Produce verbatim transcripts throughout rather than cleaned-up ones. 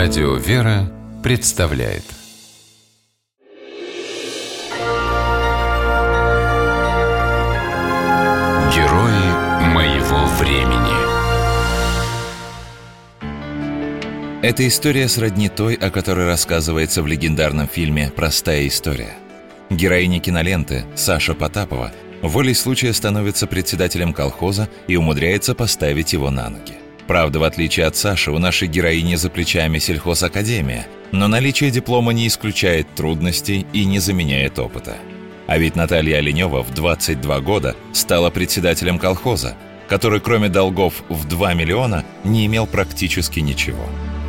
Радио «Вера» представляет Герои моего времени. Эта история сродни той, о которой рассказывается в легендарном фильме «Простая история». Героиня киноленты Саша Потапова волей случая становится председателем колхоза и умудряется поставить его на ноги. Правда, в отличие от Саши, у нашей героини за плечами сельхозакадемия, но наличие диплома не исключает трудностей и не заменяет опыта. А ведь Наталья Оленева в двадцать два года стала председателем колхоза, который кроме долгов в два миллиона не имел практически ничего.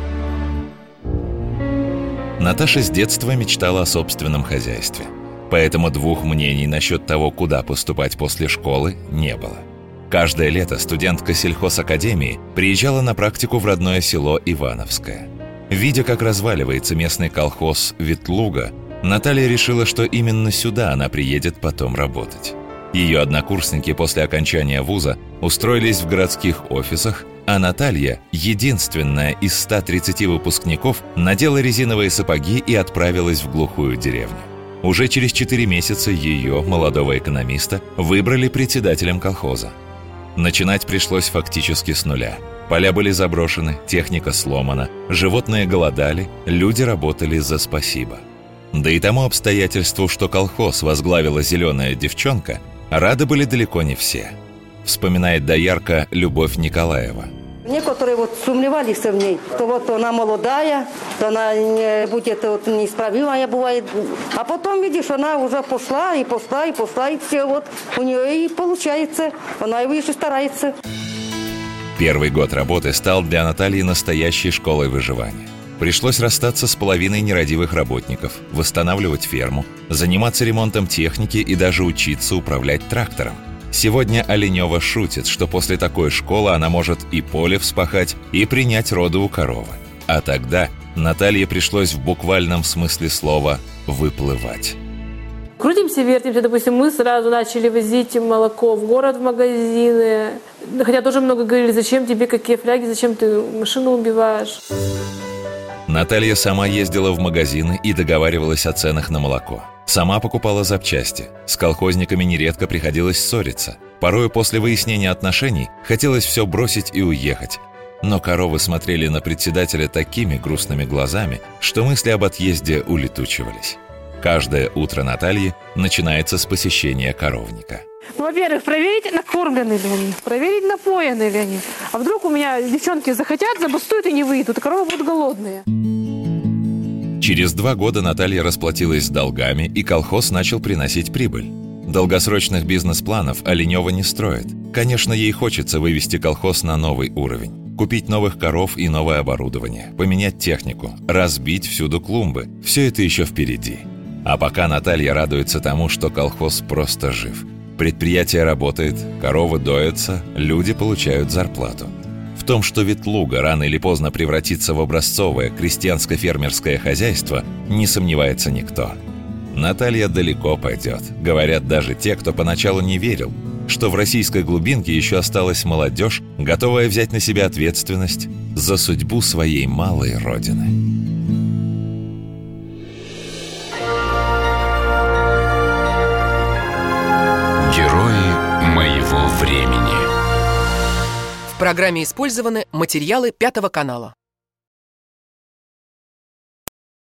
Наташа с детства мечтала о собственном хозяйстве, поэтому двух мнений насчет того, куда поступать после школы, не было. Каждое лето студентка сельхозакадемии приезжала на практику в родное село Ивановское. Видя, как разваливается местный колхоз Ветлуга, Наталья решила, что именно сюда она приедет потом работать. Ее однокурсники после окончания вуза устроились в городских офисах, а Наталья, единственная из ста тридцати выпускников, надела резиновые сапоги и отправилась в глухую деревню. Уже через четыре месяца ее, молодого экономиста, выбрали председателем колхоза. Начинать пришлось фактически с нуля. Поля были заброшены, техника сломана, животные голодали, люди работали за спасибо. Да и тому обстоятельству, что колхоз возглавила зеленая девчонка, рады были далеко не все. Вспоминает доярка Любовь Николаева. Некоторые вот сомневались в ней, что вот она молодая, что она не будет вот неисправимая бывает. А потом, видишь, она уже пошла и пошла и пошла, и все вот у нее и получается. Она и выше старается. Первый год работы стал для Натальи настоящей школой выживания. Пришлось расстаться с половиной нерадивых работников, восстанавливать ферму, заниматься ремонтом техники и даже учиться управлять трактором. Сегодня Оленева шутит, что после такой школы она может и поле вспахать, и принять роды у коровы. А тогда Наталье пришлось в буквальном смысле слова «выплывать». Крутимся, вертимся. Допустим, мы сразу начали возить молоко в город, в магазины. Хотя тоже много говорили, зачем тебе какие фляги, зачем ты машину убиваешь. Наталья сама ездила в магазины и договаривалась о ценах на молоко. Сама покупала запчасти. С колхозниками нередко приходилось ссориться. Порою после выяснения отношений хотелось все бросить и уехать. Но коровы смотрели на председателя такими грустными глазами, что мысли об отъезде улетучивались. Каждое утро Натальи начинается с посещения коровника. Во-первых, проверить, накормлены ли они, проверить, напоены ли они. А вдруг у меня девчонки захотят, забастуют и не выйдут, а коровы будут голодные. Через два года Наталья расплатилась с долгами, и колхоз начал приносить прибыль. Долгосрочных бизнес-планов Оленева не строит. Конечно, ей хочется вывести колхоз на новый уровень. Купить новых коров и новое оборудование, поменять технику, разбить всюду клумбы. Все это еще впереди. А пока Наталья радуется тому, что колхоз просто жив. Предприятие работает, коровы доятся, люди получают зарплату. В том, что Ветлуга рано или поздно превратится в образцовое крестьянско-фермерское хозяйство, не сомневается никто. Наталья далеко пойдет. Говорят даже те, кто поначалу не верил, что в российской глубинке еще осталась молодежь, готовая взять на себя ответственность за судьбу своей малой родины. Герои моего времени. В программе использованы материалы Пятого канала.